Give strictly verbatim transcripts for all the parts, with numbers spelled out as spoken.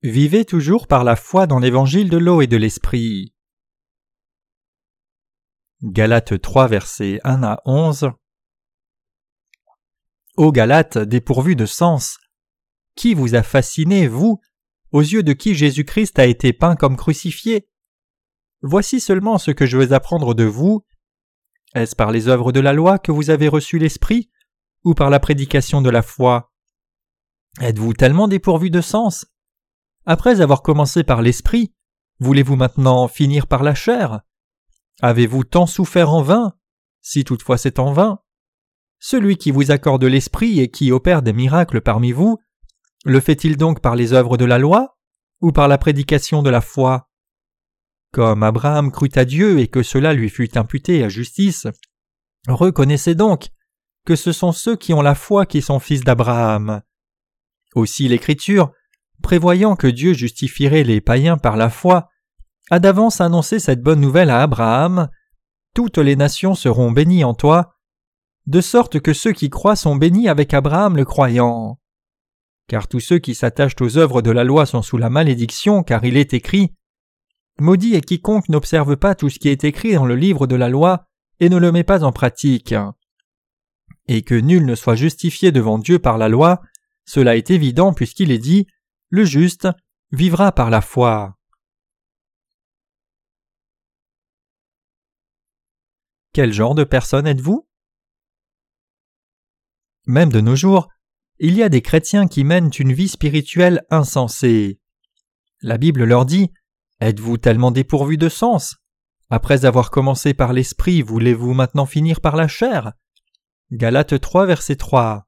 Vivez toujours par la foi dans l'évangile de l'eau et de l'esprit. Galates trois, versets un à onze. Ô Galates, dépourvus de sens, qui vous a fasciné, vous, aux yeux de qui Jésus-Christ a été peint comme crucifié? Voici seulement ce que je veux apprendre de vous. Est-ce par les œuvres de la loi que vous avez reçu l'Esprit, ou par la prédication de la foi? Êtes-vous tellement dépourvus de sens? Après avoir commencé par l'Esprit, voulez-vous maintenant finir par la chair? Avez-vous tant souffert en vain, si toutefois c'est en vain? Celui qui vous accorde l'Esprit et qui opère des miracles parmi vous, le fait-il donc par les œuvres de la loi, ou par la prédication de la foi? Comme Abraham crut à Dieu et que cela lui fut imputé à justice, reconnaissez donc que ce sont ceux qui ont la foi qui sont fils d'Abraham. Aussi l'Écriture, prévoyant que Dieu justifierait les païens par la foi, a d'avance annoncé cette bonne nouvelle à Abraham: toutes les nations seront bénies en toi, de sorte que ceux qui croient sont bénis avec Abraham le croyant. Car tous ceux qui s'attachent aux œuvres de la loi sont sous la malédiction, car il est écrit: maudit est quiconque n'observe pas tout ce qui est écrit dans le livre de la loi et ne le met pas en pratique. Et que nul ne soit justifié devant Dieu par la loi, cela est évident puisqu'il est dit: le juste vivra par la foi. Quel genre de personne êtes-vous? Même de nos jours, il y a des chrétiens qui mènent une vie spirituelle insensée. La Bible leur dit: êtes-vous tellement dépourvus de sens? Après avoir commencé par l'esprit, voulez-vous maintenant finir par la chair? Galates trois, verset trois.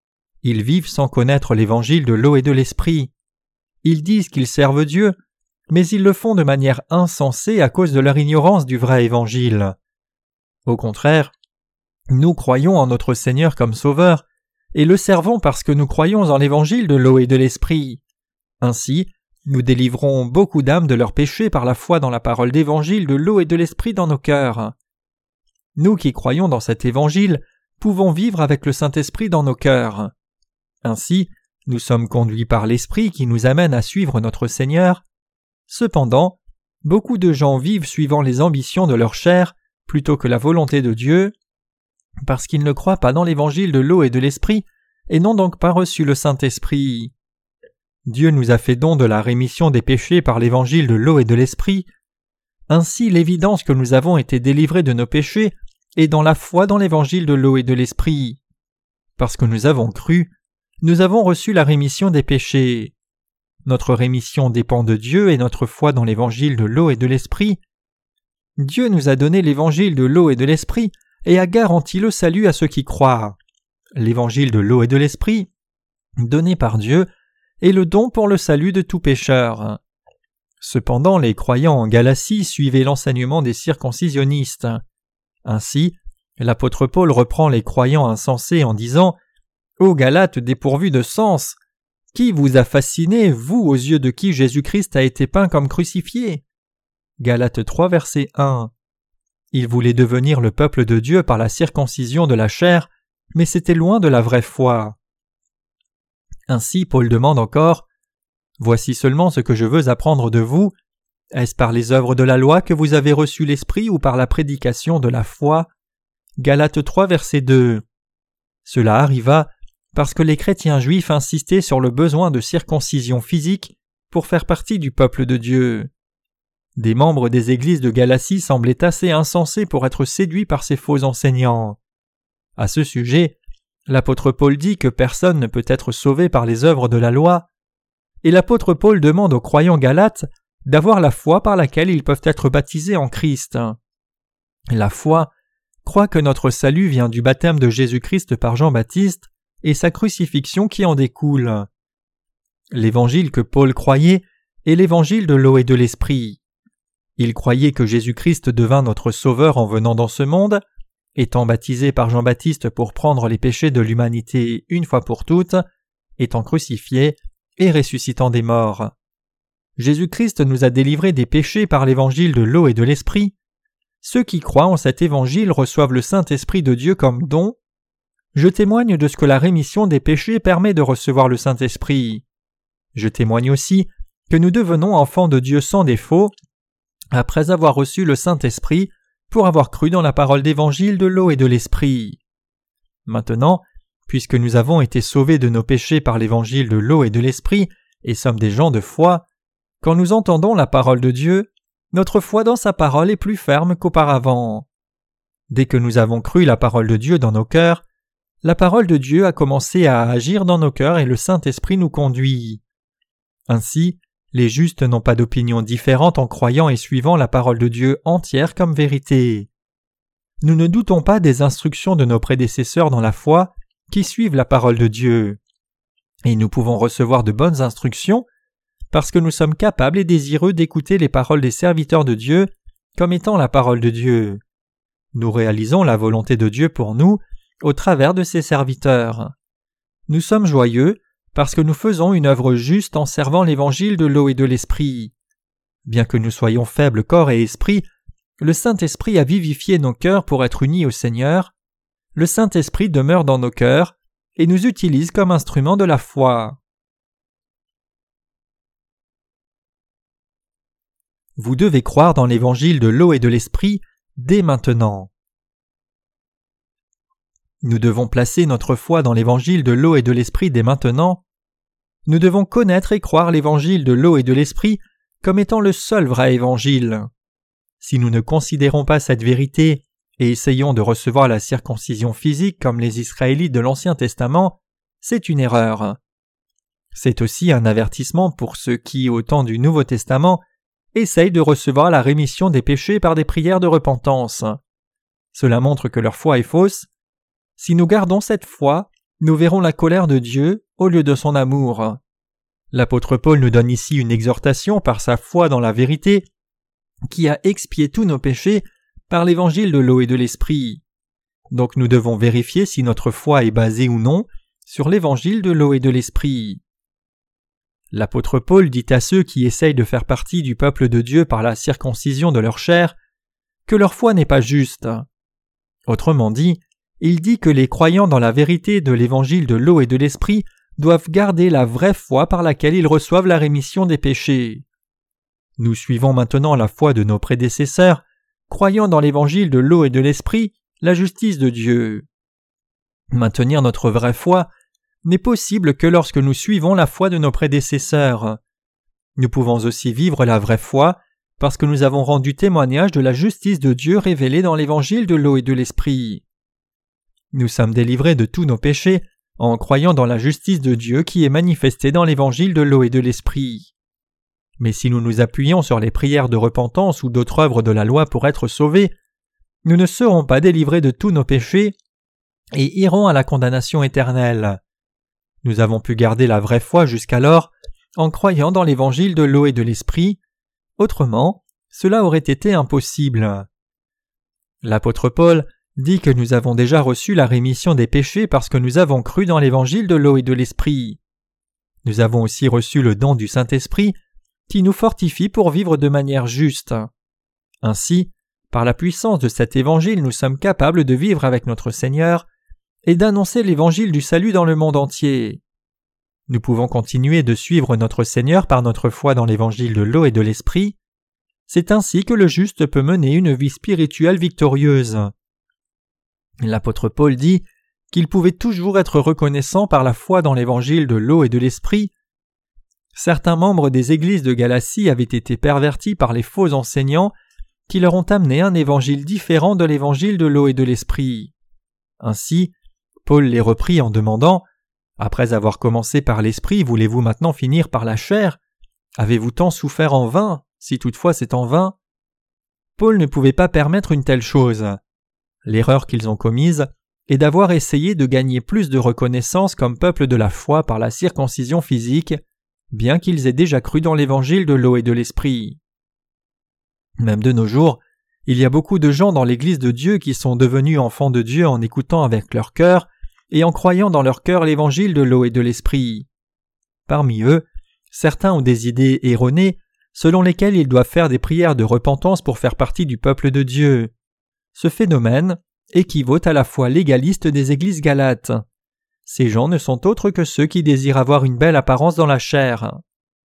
Ils vivent sans connaître l'évangile de l'eau et de l'esprit. Ils disent qu'ils servent Dieu, mais ils le font de manière insensée à cause de leur ignorance du vrai évangile. Au contraire, nous croyons en notre Seigneur comme Sauveur, et le servons parce que nous croyons en l'évangile de l'eau et de l'esprit. Ainsi, nous délivrons beaucoup d'âmes de leurs péchés par la foi dans la parole d'évangile de l'eau et de l'esprit dans nos cœurs. Nous qui croyons dans cet évangile pouvons vivre avec le Saint-Esprit dans nos cœurs. Ainsi, nous sommes conduits par l'Esprit qui nous amène à suivre notre Seigneur. Cependant, beaucoup de gens vivent suivant les ambitions de leur chair plutôt que la volonté de Dieu, parce qu'ils ne croient pas dans l'évangile de l'eau et de l'esprit et n'ont donc pas reçu le Saint-Esprit. Dieu nous a fait don de la rémission des péchés par l'évangile de l'eau et de l'esprit. Ainsi, l'évidence que nous avons été délivrés de nos péchés est dans la foi dans l'évangile de l'eau et de l'esprit. Parce que nous avons cru, nous avons reçu la rémission des péchés. Notre rémission dépend de Dieu et notre foi dans l'évangile de l'eau et de l'esprit. Dieu nous a donné l'évangile de l'eau et de l'esprit et a garanti le salut à ceux qui croient. L'évangile de l'eau et de l'esprit, donné par Dieu, est le don pour le salut de tout pécheur. Cependant, les croyants en Galatie suivaient l'enseignement des circoncisionnistes. Ainsi, l'apôtre Paul reprend les croyants insensés en disant: Ô Galates dépourvus de sens, qui vous a fasciné, vous aux yeux de qui Jésus-Christ a été peint comme crucifié? Galates trois, verset un. Ils voulaient devenir le peuple de Dieu par la circoncision de la chair, mais c'était loin de la vraie foi. Ainsi, Paul demande encore: Voici seulement ce que je veux apprendre de vous. Est-ce par les œuvres de la loi que vous avez reçu l'Esprit ou par la prédication de la foi? Galates trois, verset deux. Cela arriva parce que les chrétiens juifs insistaient sur le besoin de circoncision physique pour faire partie du peuple de Dieu. Des membres des églises de Galatie semblaient assez insensés pour être séduits par ces faux enseignants. À ce sujet, l'apôtre Paul dit que personne ne peut être sauvé par les œuvres de la loi, et l'apôtre Paul demande aux croyants galates d'avoir la foi par laquelle ils peuvent être baptisés en Christ. La foi croit que notre salut vient du baptême de Jésus-Christ par Jean-Baptiste et sa crucifixion qui en découle. L'évangile que Paul croyait est l'évangile de l'eau et de l'esprit. Il croyait que Jésus-Christ devint notre Sauveur en venant dans ce monde, étant baptisé par Jean-Baptiste pour prendre les péchés de l'humanité une fois pour toutes, étant crucifié et ressuscitant des morts. Jésus-Christ nous a délivrés des péchés par l'évangile de l'eau et de l'esprit. Ceux qui croient en cet évangile reçoivent le Saint-Esprit de Dieu comme don. Je témoigne de ce que la rémission des péchés permet de recevoir le Saint-Esprit. Je témoigne aussi que nous devenons enfants de Dieu sans défaut, après avoir reçu le Saint-Esprit, pour avoir cru dans la parole d'évangile de l'eau et de l'Esprit. Maintenant, puisque nous avons été sauvés de nos péchés par l'évangile de l'eau et de l'Esprit, et sommes des gens de foi, quand nous entendons la parole de Dieu, notre foi dans sa parole est plus ferme qu'auparavant. Dès que nous avons cru la parole de Dieu dans nos cœurs, la parole de Dieu a commencé à agir dans nos cœurs et le Saint-Esprit nous conduit. Ainsi, les justes n'ont pas d'opinion différente en croyant et suivant la parole de Dieu entière comme vérité. Nous ne doutons pas des instructions de nos prédécesseurs dans la foi qui suivent la parole de Dieu. Et nous pouvons recevoir de bonnes instructions parce que nous sommes capables et désireux d'écouter les paroles des serviteurs de Dieu comme étant la parole de Dieu. Nous réalisons la volonté de Dieu pour nous au travers de ses serviteurs. Nous sommes joyeux parce que nous faisons une œuvre juste en servant l'évangile de l'eau et de l'Esprit. Bien que nous soyons faibles corps et esprit, le Saint-Esprit a vivifié nos cœurs pour être unis au Seigneur. Le Saint-Esprit demeure dans nos cœurs et nous utilise comme instrument de la foi. Vous devez croire dans l'évangile de l'eau et de l'Esprit dès maintenant. Nous devons placer notre foi dans l'évangile de l'eau et de l'Esprit dès maintenant. Nous devons connaître et croire l'évangile de l'eau et de l'Esprit comme étant le seul vrai évangile. Si nous ne considérons pas cette vérité et essayons de recevoir la circoncision physique comme les Israélites de l'Ancien Testament, c'est une erreur. C'est aussi un avertissement pour ceux qui, au temps du Nouveau Testament, essayent de recevoir la rémission des péchés par des prières de repentance. Cela montre que leur foi est fausse. Si nous gardons cette foi, nous verrons la colère de Dieu au lieu de son amour. L'apôtre Paul nous donne ici une exhortation par sa foi dans la vérité qui a expié tous nos péchés par l'évangile de l'eau et de l'Esprit. Donc nous devons vérifier si notre foi est basée ou non sur l'évangile de l'eau et de l'Esprit. L'apôtre Paul dit à ceux qui essayent de faire partie du peuple de Dieu par la circoncision de leur chair que leur foi n'est pas juste. Autrement dit, il dit que les croyants dans la vérité de l'évangile de l'eau et de l'Esprit doivent garder la vraie foi par laquelle ils reçoivent la rémission des péchés. Nous suivons maintenant la foi de nos prédécesseurs, croyant dans l'évangile de l'eau et de l'Esprit, la justice de Dieu. Maintenir notre vraie foi n'est possible que lorsque nous suivons la foi de nos prédécesseurs. Nous pouvons aussi vivre la vraie foi parce que nous avons rendu témoignage de la justice de Dieu révélée dans l'évangile de l'eau et de l'Esprit. Nous sommes délivrés de tous nos péchés en croyant dans la justice de Dieu qui est manifestée dans l'évangile de l'eau et de l'Esprit. Mais si nous nous appuyons sur les prières de repentance ou d'autres œuvres de la loi pour être sauvés, nous ne serons pas délivrés de tous nos péchés et irons à la condamnation éternelle. Nous avons pu garder la vraie foi jusqu'alors en croyant dans l'évangile de l'eau et de l'Esprit. Autrement, cela aurait été impossible. L'apôtre Paul dit que nous avons déjà reçu la rémission des péchés parce que nous avons cru dans l'évangile de l'eau et de l'Esprit. Nous avons aussi reçu le don du Saint-Esprit qui nous fortifie pour vivre de manière juste. Ainsi, par la puissance de cet évangile, nous sommes capables de vivre avec notre Seigneur et d'annoncer l'évangile du salut dans le monde entier. Nous pouvons continuer de suivre notre Seigneur par notre foi dans l'évangile de l'eau et de l'Esprit. C'est ainsi que le juste peut mener une vie spirituelle victorieuse. L'apôtre Paul dit qu'il pouvait toujours être reconnaissant par la foi dans l'évangile de l'eau et de l'Esprit. Certains membres des églises de Galatie avaient été pervertis par les faux enseignants qui leur ont amené un évangile différent de l'évangile de l'eau et de l'Esprit. Ainsi, Paul les reprit en demandant « Après avoir commencé par l'Esprit, voulez-vous maintenant finir par la chair ? Avez-vous tant souffert en vain, si toutefois c'est en vain ?» Paul ne pouvait pas permettre une telle chose. L'erreur qu'ils ont commise est d'avoir essayé de gagner plus de reconnaissance comme peuple de la foi par la circoncision physique, bien qu'ils aient déjà cru dans l'évangile de l'eau et de l'Esprit. Même de nos jours, il y a beaucoup de gens dans l'Église de Dieu qui sont devenus enfants de Dieu en écoutant avec leur cœur et en croyant dans leur cœur l'évangile de l'eau et de l'Esprit. Parmi eux, certains ont des idées erronées selon lesquelles ils doivent faire des prières de repentance pour faire partie du peuple de Dieu. Ce phénomène équivaut à la foi légaliste des églises galates. Ces gens ne sont autres que ceux qui désirent avoir une belle apparence dans la chair.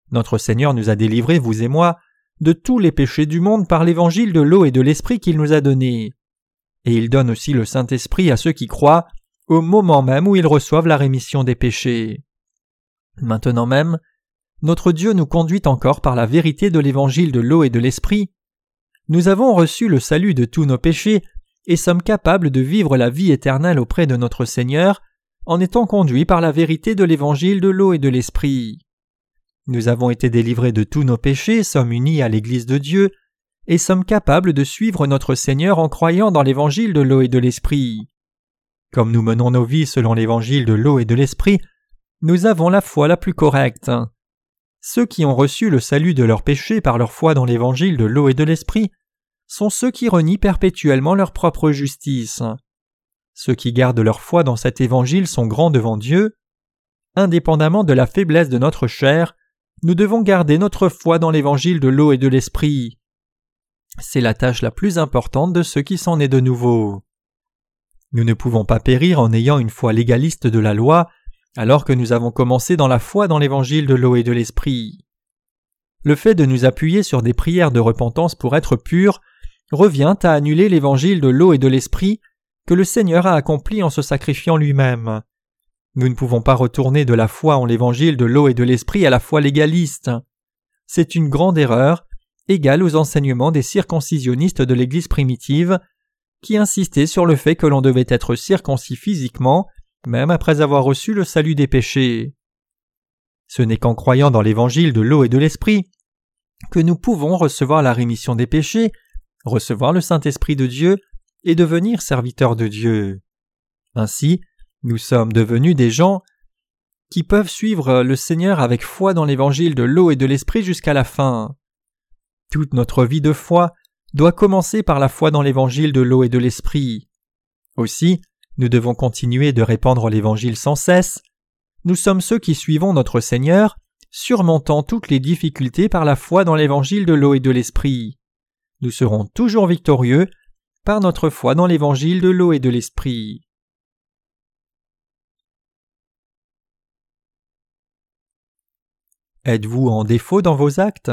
Notre Seigneur nous a délivrés, vous et moi, de tous les péchés du monde par l'évangile de l'eau et de l'Esprit qu'il nous a donné. Et il donne aussi le Saint-Esprit à ceux qui croient, au moment même où ils reçoivent la rémission des péchés. Maintenant même, notre Dieu nous conduit encore par la vérité de l'évangile de l'eau et de l'Esprit. Nous avons reçu le salut de tous nos péchés et sommes capables de vivre la vie éternelle auprès de notre Seigneur en étant conduits par la vérité de l'évangile de l'eau et de l'Esprit. Nous avons été délivrés de tous nos péchés, sommes unis à l'Église de Dieu et sommes capables de suivre notre Seigneur en croyant dans l'évangile de l'eau et de l'Esprit. Comme nous menons nos vies selon l'évangile de l'eau et de l'Esprit, nous avons la foi la plus correcte. Ceux qui ont reçu le salut de leurs péchés par leur foi dans l'évangile de l'eau et de l'Esprit sont ceux qui renient perpétuellement leur propre justice. Ceux qui gardent leur foi dans cet évangile sont grands devant Dieu. Indépendamment de la faiblesse de notre chair, nous devons garder notre foi dans l'évangile de l'eau et de l'Esprit. C'est la tâche la plus importante de ceux qui sont nés de nouveau. Nous ne pouvons pas périr en ayant une foi légaliste de la loi, alors que nous avons commencé dans la foi dans l'évangile de l'eau et de l'Esprit. Le fait de nous appuyer sur des prières de repentance pour être purs revient à annuler l'évangile de l'eau et de l'Esprit que le Seigneur a accompli en se sacrifiant lui-même. Nous ne pouvons pas retourner de la foi en l'évangile de l'eau et de l'Esprit à la foi légaliste. C'est une grande erreur, égale aux enseignements des circoncisionnistes de l'Église primitive, qui insistaient sur le fait que l'on devait être circoncis physiquement, même après avoir reçu le salut des péchés. Ce n'est qu'en croyant dans l'évangile de l'eau et de l'Esprit que nous pouvons recevoir la rémission des péchés, recevoir le Saint-Esprit de Dieu et devenir serviteurs de Dieu. Ainsi, nous sommes devenus des gens qui peuvent suivre le Seigneur avec foi dans l'évangile de l'eau et de l'Esprit jusqu'à la fin. Toute notre vie de foi doit commencer par la foi dans l'évangile de l'eau et de l'Esprit. Aussi, nous devons continuer de répandre l'évangile sans cesse. Nous sommes ceux qui suivons notre Seigneur, surmontant toutes les difficultés par la foi dans l'évangile de l'eau et de l'Esprit. Nous serons toujours victorieux par notre foi dans l'évangile de l'eau et de l'Esprit. Êtes-vous en défaut dans vos actes?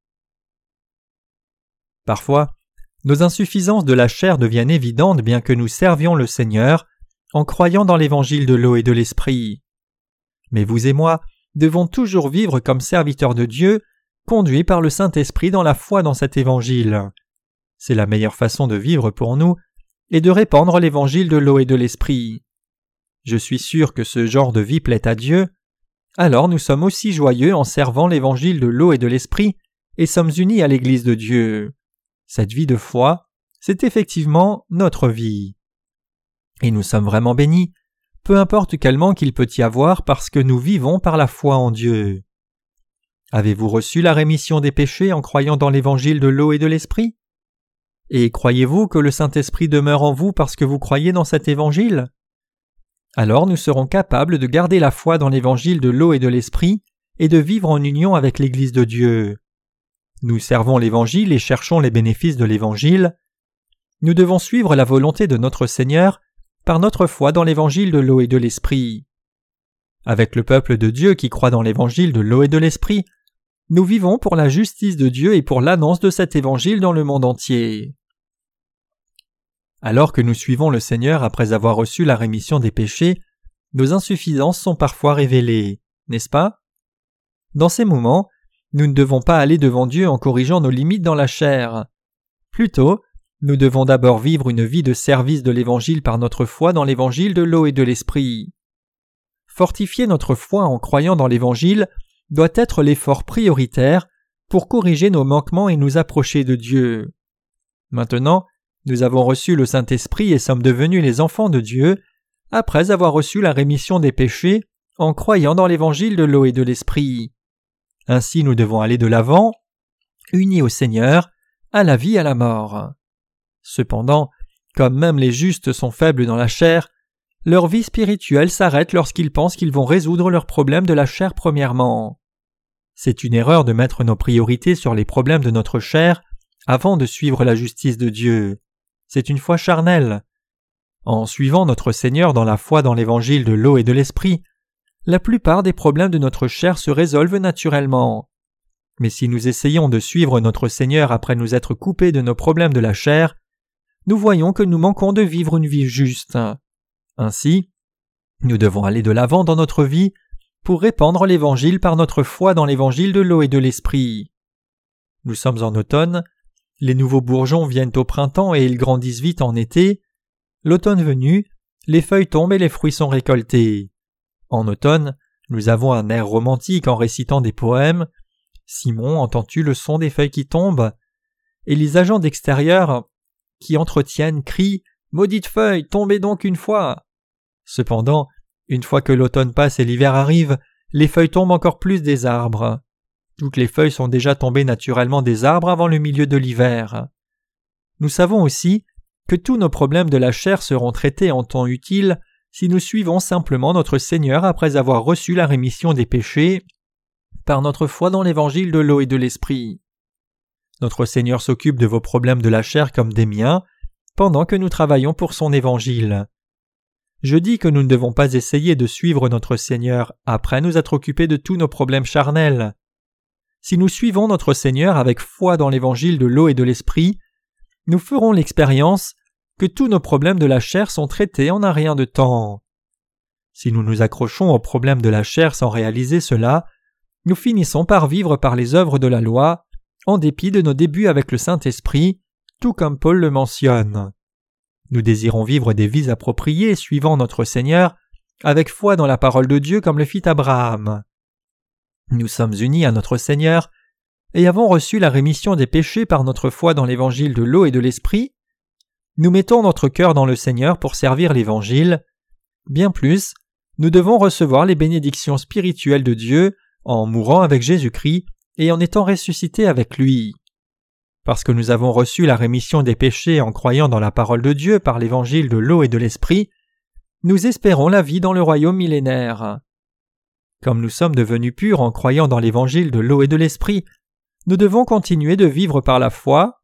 Parfois, nos insuffisances de la chair deviennent évidentes bien que nous servions le Seigneur en croyant dans l'évangile de l'eau et de l'Esprit. Mais vous et moi devons toujours vivre comme serviteurs de Dieu, conduits par le Saint-Esprit dans la foi dans cet évangile. C'est la meilleure façon de vivre pour nous et de répandre l'évangile de l'eau et de l'Esprit. Je suis sûr que ce genre de vie plaît à Dieu. Alors nous sommes aussi joyeux en servant l'évangile de l'eau et de l'Esprit et sommes unis à l'Église de Dieu. Cette vie de foi, c'est effectivement notre vie. Et nous sommes vraiment bénis, peu importe quel manque il peut y avoir parce que nous vivons par la foi en Dieu. Avez-vous reçu la rémission des péchés en croyant dans l'évangile de l'eau et de l'Esprit? Et croyez-vous que le Saint-Esprit demeure en vous parce que vous croyez dans cet évangile? Alors nous serons capables de garder la foi dans l'évangile de l'eau et de l'Esprit et de vivre en union avec l'Église de Dieu. Nous servons l'Évangile et cherchons les bénéfices de l'Évangile. Nous devons suivre la volonté de notre Seigneur par notre foi dans l'Évangile de l'eau et de l'Esprit. Avec le peuple de Dieu qui croit dans l'Évangile de l'eau et de l'Esprit, nous vivons pour la justice de Dieu et pour l'annonce de cet Évangile dans le monde entier. Alors que nous suivons le Seigneur après avoir reçu la rémission des péchés, nos insuffisances sont parfois révélées, n'est-ce pas? Dans ces moments, nous ne devons pas aller devant Dieu en corrigeant nos limites dans la chair. Plutôt, nous devons d'abord vivre une vie de service de l'Évangile par notre foi dans l'Évangile de l'eau et de l'Esprit. Fortifier notre foi en croyant dans l'Évangile doit être l'effort prioritaire pour corriger nos manquements et nous approcher de Dieu. Maintenant, nous avons reçu le Saint-Esprit et sommes devenus les enfants de Dieu après avoir reçu la rémission des péchés en croyant dans l'Évangile de l'eau et de l'Esprit. Ainsi nous devons aller de l'avant, unis au Seigneur, à la vie et à la mort. Cependant, comme même les justes sont faibles dans la chair, leur vie spirituelle s'arrête lorsqu'ils pensent qu'ils vont résoudre leurs problèmes de la chair premièrement. C'est une erreur de mettre nos priorités sur les problèmes de notre chair avant de suivre la justice de Dieu. C'est une foi charnelle. En suivant notre Seigneur dans la foi dans l'Évangile de l'eau et de l'Esprit, la plupart des problèmes de notre chair se résolvent naturellement. Mais si nous essayons de suivre notre Seigneur après nous être coupés de nos problèmes de la chair, nous voyons que nous manquons de vivre une vie juste. Ainsi, nous devons aller de l'avant dans notre vie pour répandre l'Évangile par notre foi dans l'Évangile de l'eau et de l'Esprit. Nous sommes en automne, les nouveaux bourgeons viennent au printemps et ils grandissent vite en été. L'automne venu, les feuilles tombent et les fruits sont récoltés. En automne, nous avons un air romantique en récitant des poèmes. Simon, entends-tu le son des feuilles qui tombent? Et les agents d'extérieur qui entretiennent crient « Maudite feuille, tombez donc une fois !» Cependant, une fois que l'automne passe et l'hiver arrive, les feuilles tombent encore plus des arbres. Toutes les feuilles sont déjà tombées naturellement des arbres avant le milieu de l'hiver. Nous savons aussi que tous nos problèmes de la chair seront traités en temps utile si nous suivons simplement notre Seigneur après avoir reçu la rémission des péchés par notre foi dans l'Évangile de l'eau et de l'Esprit. Notre Seigneur s'occupe de vos problèmes de la chair comme des miens, pendant que nous travaillons pour son Évangile. Je dis que nous ne devons pas essayer de suivre notre Seigneur après nous être occupés de tous nos problèmes charnels. Si nous suivons notre Seigneur avec foi dans l'Évangile de l'eau et de l'Esprit, nous ferons l'expérience que tous nos problèmes de la chair sont traités en un rien de temps. Si nous nous accrochons aux problèmes de la chair sans réaliser cela, nous finissons par vivre par les œuvres de la loi, en dépit de nos débuts avec le Saint-Esprit, tout comme Paul le mentionne. Nous désirons vivre des vies appropriées suivant notre Seigneur, avec foi dans la parole de Dieu comme le fit Abraham. Nous sommes unis à notre Seigneur et avons reçu la rémission des péchés par notre foi dans l'Évangile de l'eau et de l'Esprit. Nous mettons notre cœur dans le Seigneur pour servir l'Évangile. Bien plus, nous devons recevoir les bénédictions spirituelles de Dieu en mourant avec Jésus-Christ et en étant ressuscités avec lui. Parce que nous avons reçu la rémission des péchés en croyant dans la parole de Dieu par l'Évangile de l'eau et de l'Esprit, nous espérons la vie dans le royaume millénaire. Comme nous sommes devenus purs en croyant dans l'Évangile de l'eau et de l'Esprit, nous devons continuer de vivre par la foi.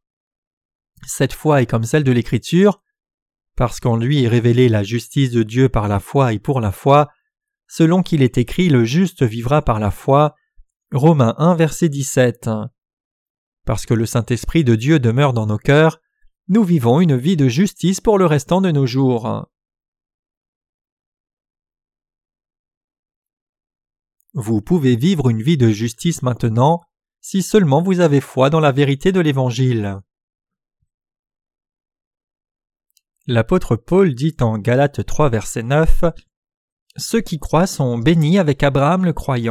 Cette foi est comme celle de l'Écriture. Parce qu'en lui est révélée la justice de Dieu par la foi et pour la foi, selon qu'il est écrit, le juste vivra par la foi. Romains un, verset dix-sept. Parce que le Saint-Esprit de Dieu demeure dans nos cœurs, nous vivons une vie de justice pour le restant de nos jours. Vous pouvez vivre une vie de justice maintenant, si seulement vous avez foi dans la vérité de l'Évangile. L'apôtre Paul dit en Galates trois, verset neuf, « Ceux qui croient sont bénis avec Abraham le croyant. »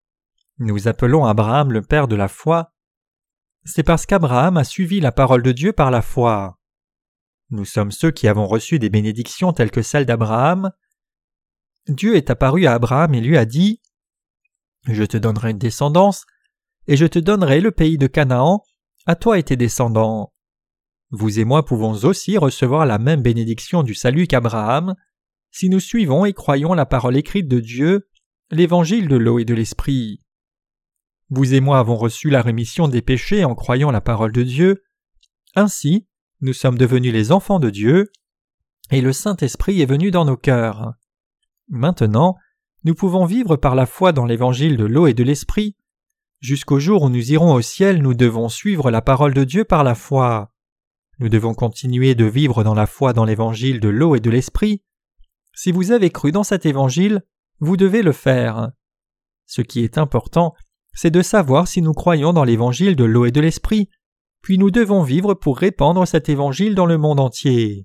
Nous appelons Abraham le père de la foi. C'est parce qu'Abraham a suivi la parole de Dieu par la foi. Nous sommes ceux qui avons reçu des bénédictions telles que celles d'Abraham. Dieu est apparu à Abraham et lui a dit « Je te donnerai une descendance, et je te donnerai le pays de Canaan, à toi et tes descendants. » Vous et moi pouvons aussi recevoir la même bénédiction du salut qu'Abraham, si nous suivons et croyons la parole écrite de Dieu, l'Évangile de l'eau et de l'Esprit. Vous et moi avons reçu la rémission des péchés en croyant la parole de Dieu. Ainsi, nous sommes devenus les enfants de Dieu, et le Saint-Esprit est venu dans nos cœurs. Maintenant, nous pouvons vivre par la foi dans l'Évangile de l'eau et de l'Esprit. Jusqu'au jour où nous irons au ciel, nous devons suivre la parole de Dieu par la foi. Nous devons continuer de vivre dans la foi dans l'Évangile de l'eau et de l'Esprit. Si vous avez cru dans cet Évangile, vous devez le faire. Ce qui est important, c'est de savoir si nous croyons dans l'Évangile de l'eau et de l'Esprit, puis nous devons vivre pour répandre cet Évangile dans le monde entier.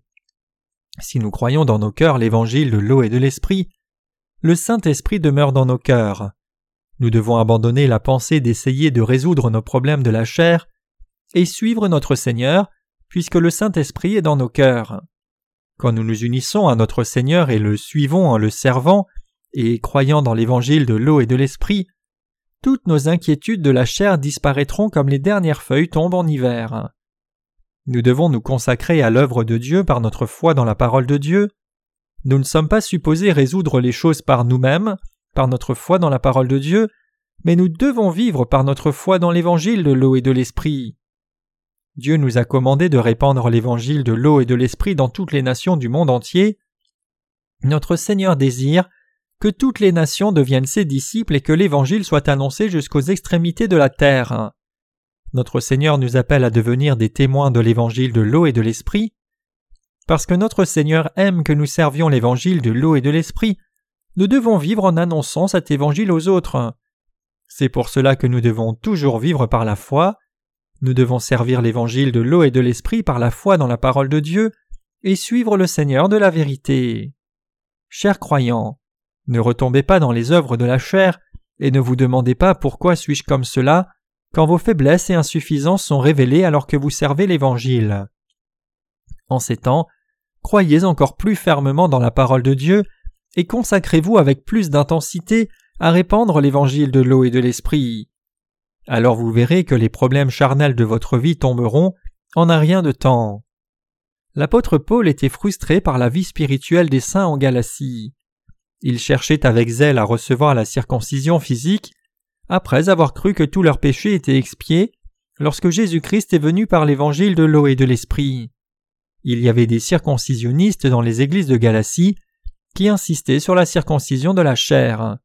Si nous croyons dans nos cœurs l'Évangile de l'eau et de l'Esprit, le Saint-Esprit demeure dans nos cœurs. Nous devons abandonner la pensée d'essayer de résoudre nos problèmes de la chair et suivre notre Seigneur, puisque le Saint-Esprit est dans nos cœurs. Quand nous nous unissons à notre Seigneur et le suivons en le servant et croyant dans l'Évangile de l'eau et de l'Esprit, toutes nos inquiétudes de la chair disparaîtront comme les dernières feuilles tombent en hiver. Nous devons nous consacrer à l'œuvre de Dieu par notre foi dans la parole de Dieu. Nous ne sommes pas supposés résoudre les choses par nous-mêmes, par notre foi dans la parole de Dieu, mais nous devons vivre par notre foi dans l'Évangile de l'eau et de l'Esprit. Dieu nous a commandé de répandre l'Évangile de l'eau et de l'Esprit dans toutes les nations du monde entier. Notre Seigneur désire que toutes les nations deviennent ses disciples et que l'Évangile soit annoncé jusqu'aux extrémités de la terre. Notre Seigneur nous appelle à devenir des témoins de l'Évangile de l'eau et de l'Esprit. Parce que notre Seigneur aime que nous servions l'Évangile de l'eau et de l'Esprit, nous devons vivre en annonçant cet Évangile aux autres. C'est pour cela que nous devons toujours vivre par la foi. Nous devons servir l'Évangile de l'eau et de l'Esprit par la foi dans la parole de Dieu et suivre le Seigneur de la vérité. Chers croyants, ne retombez pas dans les œuvres de la chair et ne vous demandez pas pourquoi suis-je comme cela quand vos faiblesses et insuffisances sont révélées alors que vous servez l'Évangile. En ces temps, croyez encore plus fermement dans la parole de Dieu et consacrez-vous avec plus d'intensité à répandre l'Évangile de l'eau et de l'Esprit. Alors vous verrez que les problèmes charnels de votre vie tomberont en un rien de temps. L'apôtre Paul était frustré par la vie spirituelle des saints en Galatie. Il cherchait avec zèle à recevoir la circoncision physique, après avoir cru que tous leurs péchés étaient expiés lorsque Jésus-Christ est venu par l'évangile de l'eau et de l'esprit. Il y avait des circoncisionnistes dans les églises de Galatie qui insistaient sur la circoncision de la chair.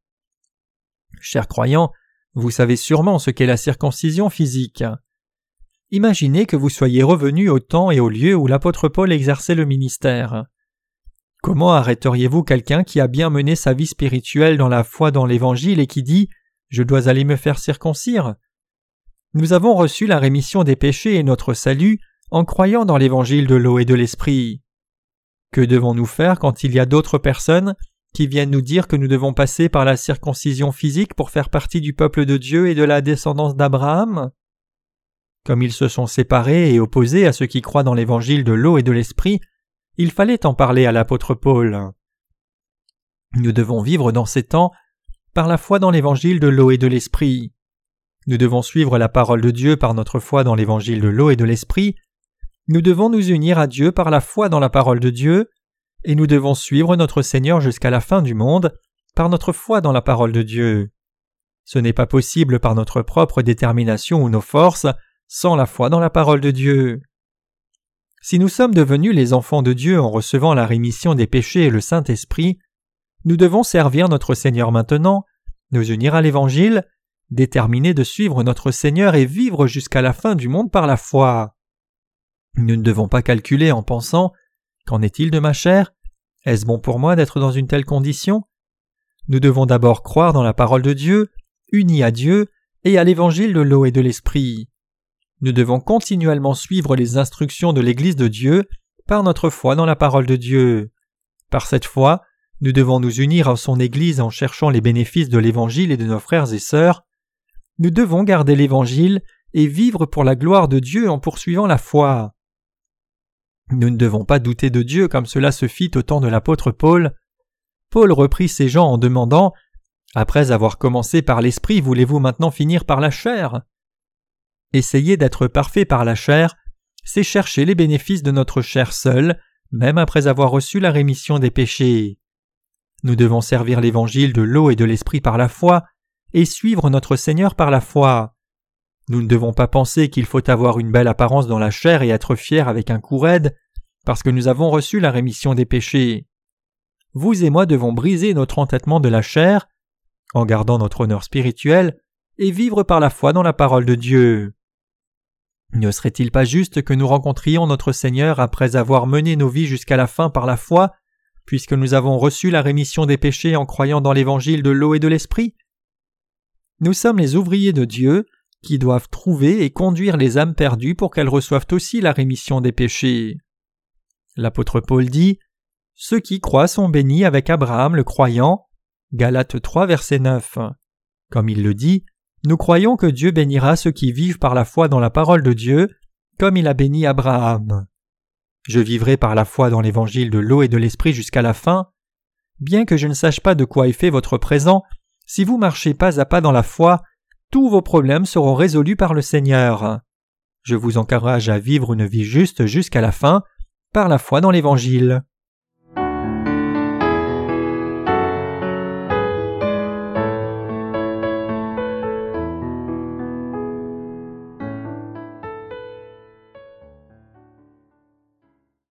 Chers croyants, vous savez sûrement ce qu'est la circoncision physique. Imaginez que vous soyez revenus au temps et au lieu où l'apôtre Paul exerçait le ministère. Comment arrêteriez-vous quelqu'un qui a bien mené sa vie spirituelle dans la foi dans l'Évangile et qui dit « Je dois aller me faire circoncire » ? Nous avons reçu la rémission des péchés et notre salut en croyant dans l'Évangile de l'eau et de l'Esprit. Que devons-nous faire quand il y a d'autres personnes qui viennent nous dire que nous devons passer par la circoncision physique pour faire partie du peuple de Dieu et de la descendance d'Abraham ? Comme ils se sont séparés et opposés à ceux qui croient dans l'Évangile de l'eau et de l'Esprit, il fallait en parler à l'apôtre Paul. Nous devons vivre dans ces temps par la foi dans l'Évangile de l'eau et de l'Esprit. Nous devons suivre la parole de Dieu par notre foi dans l'Évangile de l'eau et de l'Esprit. Nous devons nous unir à Dieu par la foi dans la parole de Dieu, et nous devons suivre notre Seigneur jusqu'à la fin du monde par notre foi dans la parole de Dieu. Ce n'est pas possible par notre propre détermination ou nos forces, sans la foi dans la parole de Dieu. Si nous sommes devenus les enfants de Dieu en recevant la rémission des péchés et le Saint-Esprit, nous devons servir notre Seigneur maintenant, nous unir à l'Évangile, déterminés de suivre notre Seigneur et vivre jusqu'à la fin du monde par la foi. Nous ne devons pas calculer en pensant « Qu'en est-il de ma chair ? Est-ce bon pour moi d'être dans une telle condition ?» Nous devons d'abord croire dans la parole de Dieu, unis à Dieu et à l'Évangile de l'eau et de l'Esprit. Nous devons continuellement suivre les instructions de l'Église de Dieu par notre foi dans la parole de Dieu. Par cette foi, nous devons nous unir à son Église en cherchant les bénéfices de l'Évangile et de nos frères et sœurs. Nous devons garder l'Évangile et vivre pour la gloire de Dieu en poursuivant la foi. Nous ne devons pas douter de Dieu comme cela se fit au temps de l'apôtre Paul. Paul reprit ces gens en demandant « Après avoir commencé par l'Esprit, voulez-vous maintenant finir par la chair ?» Essayer d'être parfait par la chair, c'est chercher les bénéfices de notre chair seule, même après avoir reçu la rémission des péchés. Nous devons servir l'Évangile de l'eau et de l'Esprit par la foi et suivre notre Seigneur par la foi. Nous ne devons pas penser qu'il faut avoir une belle apparence dans la chair et être fier avec un cou raide, parce que nous avons reçu la rémission des péchés. Vous et moi devons briser notre entêtement de la chair, en gardant notre honneur spirituel, et vivre par la foi dans la parole de Dieu. Ne serait-il pas juste que nous rencontrions notre Seigneur après avoir mené nos vies jusqu'à la fin par la foi, puisque nous avons reçu la rémission des péchés en croyant dans l'Évangile de l'eau et de l'Esprit ? Nous sommes les ouvriers de Dieu, qui doivent trouver et conduire les âmes perdues pour qu'elles reçoivent aussi la rémission des péchés. L'apôtre Paul dit « Ceux qui croient sont bénis avec Abraham le croyant » Galates trois, verset neuf. Comme il le dit, nous croyons que Dieu bénira ceux qui vivent par la foi dans la parole de Dieu, comme il a béni Abraham. Je vivrai par la foi dans l'Évangile de l'eau et de l'Esprit jusqu'à la fin. Bien que je ne sache pas de quoi est fait votre présent, si vous marchez pas à pas dans la foi, tous vos problèmes seront résolus par le Seigneur. Je vous encourage à vivre une vie juste jusqu'à la fin, par la foi dans l'Évangile.